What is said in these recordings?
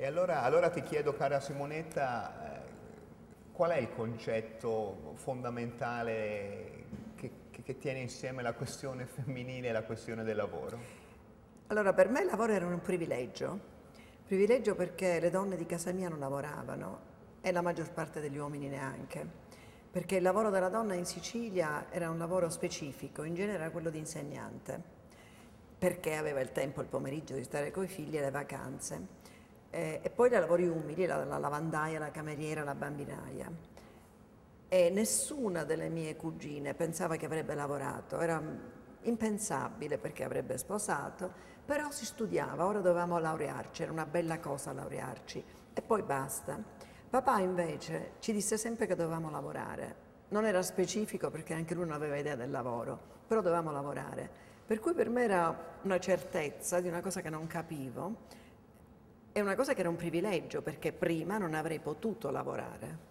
E allora ti chiedo, cara Simonetta, qual è il concetto fondamentale che tiene insieme la questione femminile e la questione del lavoro? Allora, per me il lavoro era un privilegio perché le donne di casa mia non lavoravano e la maggior parte degli uomini neanche, perché il lavoro della donna in Sicilia era un lavoro specifico, in genere era quello di insegnante, perché aveva il tempo il pomeriggio di stare coi figli e le vacanze. E poi i lavori umili, la lavandaia, la cameriera, la bambinaia. E nessuna delle mie cugine pensava che avrebbe lavorato, era impensabile perché avrebbe sposato, però si studiava, ora dovevamo laurearci, era una bella cosa laurearci e poi basta. Papà invece ci disse sempre che dovevamo lavorare, non era specifico perché anche lui non aveva idea del lavoro, però dovevamo lavorare, per cui per me era una certezza di una cosa che non capivo e una cosa che era un privilegio perché prima non avrei potuto lavorare.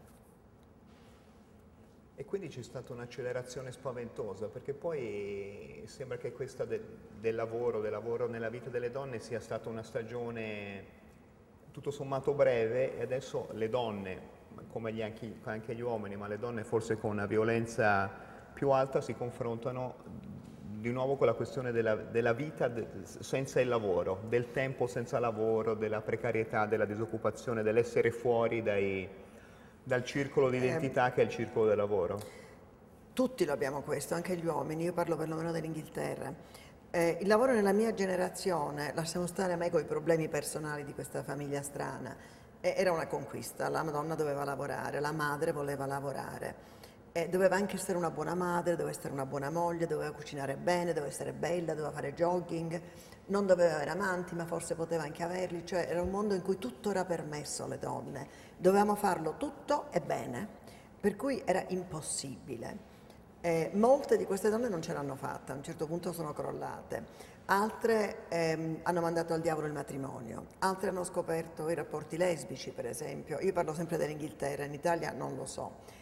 E quindi c'è stata un'accelerazione spaventosa, perché poi sembra che questa del lavoro nella vita delle donne sia stata una stagione tutto sommato breve e adesso le donne, come anche gli uomini, ma le donne forse con una violenza più alta, si confrontano di nuovo con la questione della vita senza il lavoro, del tempo senza lavoro, della precarietà, della disoccupazione, dell'essere fuori dal circolo di identità che è il circolo del lavoro. Tutti lo abbiamo questo, anche gli uomini, io parlo perlomeno dell'Inghilterra. Il lavoro nella mia generazione, lasciamo stare a me con i problemi personali di questa famiglia strana, era una conquista, la donna doveva lavorare, la madre voleva lavorare. Doveva anche essere una buona madre, doveva essere una buona moglie, doveva cucinare bene, doveva essere bella, doveva fare jogging, non doveva avere amanti, ma forse poteva anche averli, cioè era un mondo in cui tutto era permesso alle donne, dovevamo farlo tutto e bene, per cui era impossibile. Molte di queste donne non ce l'hanno fatta, a un certo punto sono crollate, altre hanno mandato al diavolo il matrimonio, altre hanno scoperto i rapporti lesbici, per esempio. Io parlo sempre dell'Inghilterra, in Italia non lo so.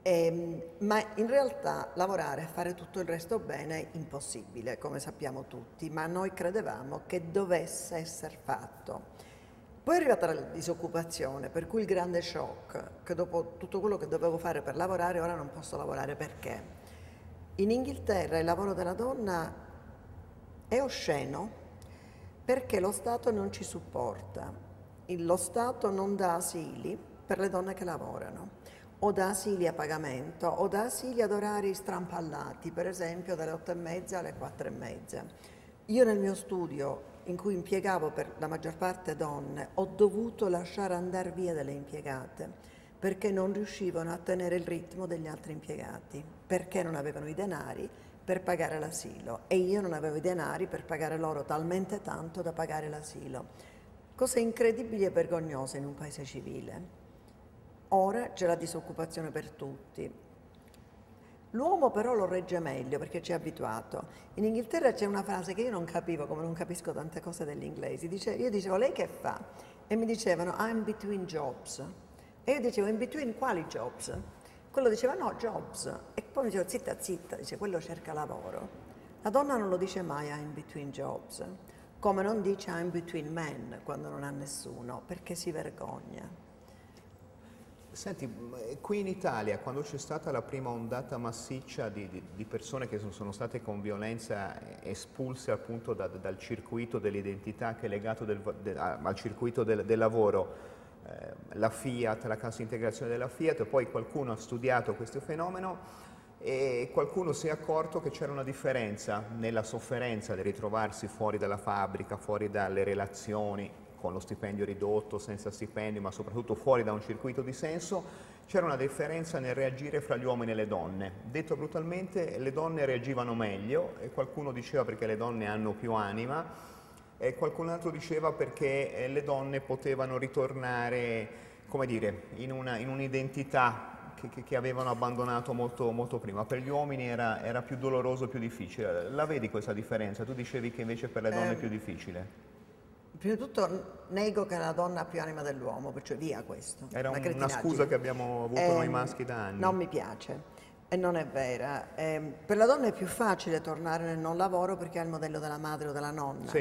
Ma in realtà lavorare e fare tutto il resto bene è impossibile, come sappiamo tutti, ma noi credevamo che dovesse essere fatto. Poi è arrivata la disoccupazione, per cui il grande shock, che dopo tutto quello che dovevo fare per lavorare, ora non posso lavorare. Perché? In Inghilterra il lavoro della donna è osceno perché lo Stato non ci supporta. Lo Stato non dà asili per le donne che lavorano, o dà asili a pagamento, o dà asili ad orari strampallati, per esempio dalle 8:30 alle 4:30. Io nel mio studio, in cui impiegavo per la maggior parte donne, ho dovuto lasciare andare via delle impiegate perché non riuscivano a tenere il ritmo degli altri impiegati, perché non avevano i denari per pagare l'asilo e io non avevo i denari per pagare loro talmente tanto da pagare l'asilo. Cose incredibili e vergognose in un paese civile. Ora c'è la disoccupazione per tutti. L'uomo però lo regge meglio perché ci è abituato. In Inghilterra c'è una frase che io non capivo, come non capisco tante cose degli inglesi. Io dicevo, lei che fa? E mi dicevano, I'm between jobs. E io dicevo, in between quali jobs? Quello diceva, no, jobs. E poi mi dicevo, zitta, zitta, dice, quello cerca lavoro. La donna non lo dice mai, I'm between jobs. Come non dice I'm between men quando non ha nessuno, perché si vergogna. Senti, qui in Italia, quando c'è stata la prima ondata massiccia di persone che sono state con violenza espulse appunto dal circuito dell'identità che è legato al circuito del lavoro, la Fiat, la cassa integrazione della Fiat, poi qualcuno ha studiato questo fenomeno e qualcuno si è accorto che c'era una differenza nella sofferenza di ritrovarsi fuori dalla fabbrica, fuori dalle relazioni, con lo stipendio ridotto, senza stipendio, ma soprattutto fuori da un circuito di senso, c'era una differenza nel reagire fra gli uomini e le donne. Detto brutalmente, le donne reagivano meglio, e qualcuno diceva perché le donne hanno più anima, e qualcun altro diceva perché le donne potevano ritornare, come dire, in un'identità che avevano abbandonato molto prima. Per gli uomini era più doloroso, più difficile. La vedi questa differenza? Tu dicevi che invece per le donne è più difficile. Prima di tutto nego che la donna ha più anima dell'uomo, perciò via questo. Era una scusa che abbiamo avuto noi maschi da anni. Non mi piace e non è vera. Per la donna è più facile tornare nel non lavoro perché ha il modello della madre o della nonna. Sì.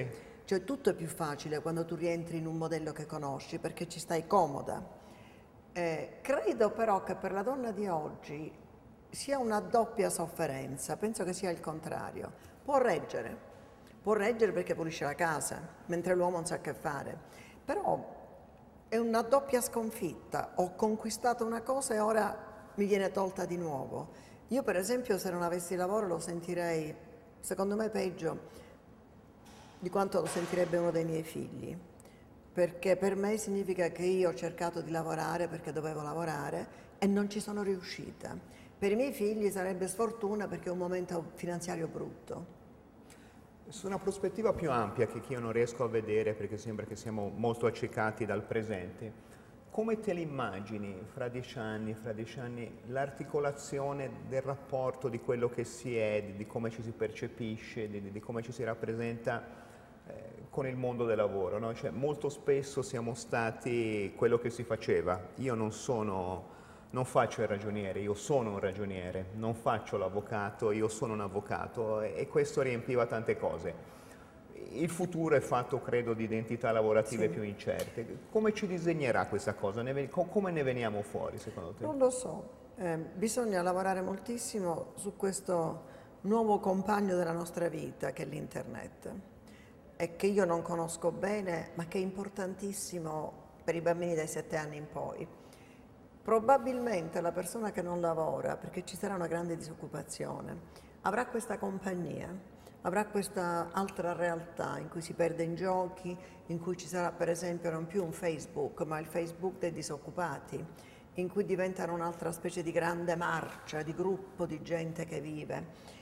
Cioè tutto è più facile quando tu rientri in un modello che conosci perché ci stai comoda. Credo però che per la donna di oggi sia una doppia sofferenza, penso che sia il contrario. Può reggere perché pulisce la casa, mentre l'uomo non sa che fare, però è una doppia sconfitta. Ho conquistato una cosa e ora mi viene tolta di nuovo. Io per esempio se non avessi lavoro lo sentirei, secondo me, peggio di quanto lo sentirebbe uno dei miei figli, perché per me significa che io ho cercato di lavorare perché dovevo lavorare e non ci sono riuscita. Per i miei figli sarebbe sfortuna perché è un momento finanziario brutto. Su una prospettiva più ampia che io non riesco a vedere perché sembra che siamo molto accecati dal presente, come te l'immagini fra 10 anni, l'articolazione del rapporto, di quello che si è, di come ci si percepisce, di come ci si rappresenta con il mondo del lavoro, no? Cioè, molto spesso siamo stati quello che si faceva. Io non faccio il ragioniere, io sono un ragioniere, non faccio l'avvocato, io sono un avvocato e questo riempiva tante cose. Il futuro è fatto, credo, di identità lavorative Sì. più incerte. Come ci disegnerà questa cosa? Come ne veniamo fuori, secondo te? Non lo so, bisogna lavorare moltissimo su questo nuovo compagno della nostra vita che è l'internet e che io non conosco bene ma che è importantissimo per i bambini dai 7 anni in poi. Probabilmente la persona che non lavora, perché ci sarà una grande disoccupazione, avrà questa compagnia, avrà questa altra realtà in cui si perde in giochi, in cui ci sarà per esempio non più un Facebook, ma il Facebook dei disoccupati, in cui diventano un'altra specie di grande marcia, di gruppo di gente che vive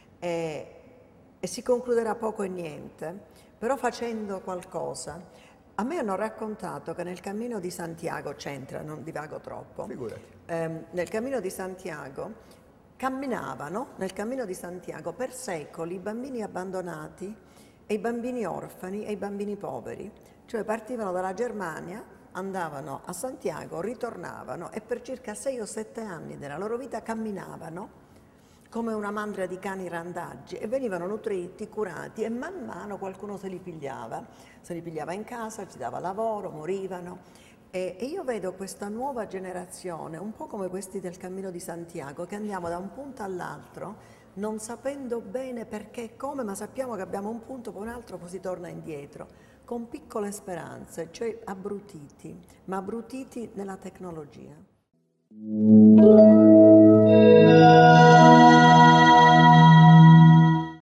e si concluderà poco e niente, però facendo qualcosa. A me hanno raccontato che nel Cammino di Santiago, c'entra, non divago troppo, Figurati. nel Cammino di Santiago camminavano nel Cammino di Santiago per secoli i bambini abbandonati e i bambini orfani e i bambini poveri, cioè partivano dalla Germania, andavano a Santiago, ritornavano e per circa 6 o 7 anni della loro vita camminavano come una mandria di cani randaggi e venivano nutriti, curati e man mano qualcuno se li pigliava in casa, ci dava lavoro, morivano. E io vedo questa nuova generazione, un po' come questi del Cammino di Santiago, che andiamo da un punto all'altro non sapendo bene perché e come, ma sappiamo che abbiamo un punto, poi un altro, poi si torna indietro, con piccole speranze, cioè abbrutiti, ma abbrutiti nella tecnologia.